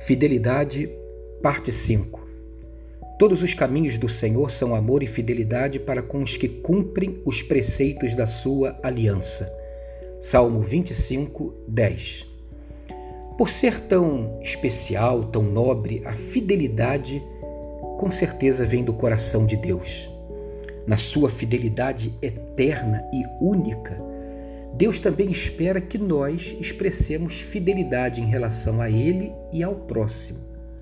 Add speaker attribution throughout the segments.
Speaker 1: Fidelidade, parte 5. Todos os caminhos do Senhor são amor e fidelidade para com os que cumprem os preceitos da sua aliança. Salmo 25, 10. Por ser tão especial, tão nobre, a fidelidade com certeza vem do coração de Deus. Na sua fidelidade eterna e única, Deus também espera que nós expressemos fidelidade em relação a Ele e ao próximo.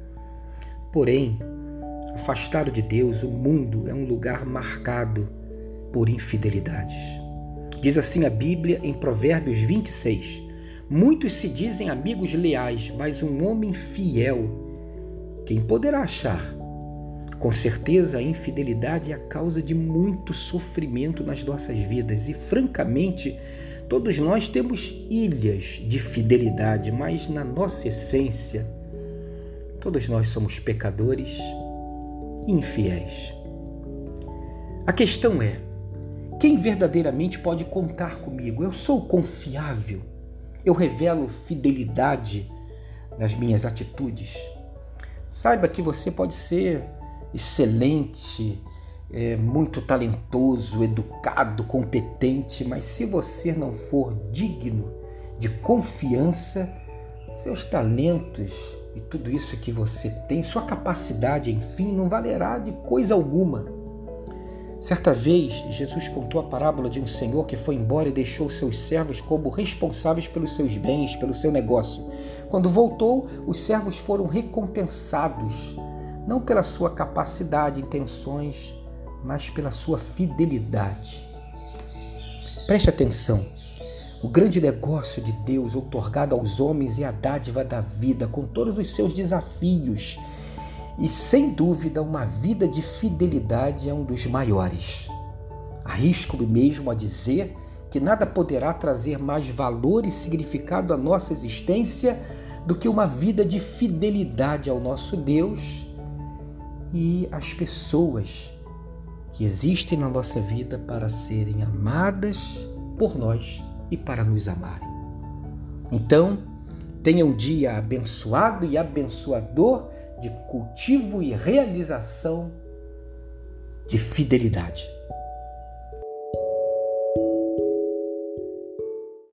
Speaker 1: Porém, afastado de Deus, o mundo é um lugar marcado por infidelidades. Diz assim a Bíblia em Provérbios 26: muitos se dizem amigos leais, mas um homem fiel, quem poderá achar? Com certeza, a infidelidade é a causa de muito sofrimento nas nossas vidas e, francamente, todos nós temos ilhas de fidelidade, mas na nossa essência, todos nós somos pecadores e infiéis. A questão é: quem verdadeiramente pode contar comigo? Eu sou confiável? Eu revelo fidelidade nas minhas atitudes? Saiba que você pode ser excelente, muito talentoso, educado, competente, mas se você não for digno de confiança, seus talentos e tudo isso que você tem, sua capacidade, enfim, não valerá de coisa alguma. Certa vez, Jesus contou a parábola de um senhor que foi embora e deixou seus servos como responsáveis pelos seus bens, pelo seu negócio. Quando voltou, os servos foram recompensados, não pela sua capacidade, intenções, mas pela sua fidelidade. Preste atenção. O grande negócio de Deus outorgado aos homens é a dádiva da vida, com todos os seus desafios. E, sem dúvida, uma vida de fidelidade é um dos maiores. Arrisco-me mesmo a dizer que nada poderá trazer mais valor e significado à nossa existência do que uma vida de fidelidade ao nosso Deus e às pessoas que existem na nossa vida para serem amadas por nós e para nos amarem. Então, tenha um dia abençoado e abençoador de cultivo e realização de fidelidade.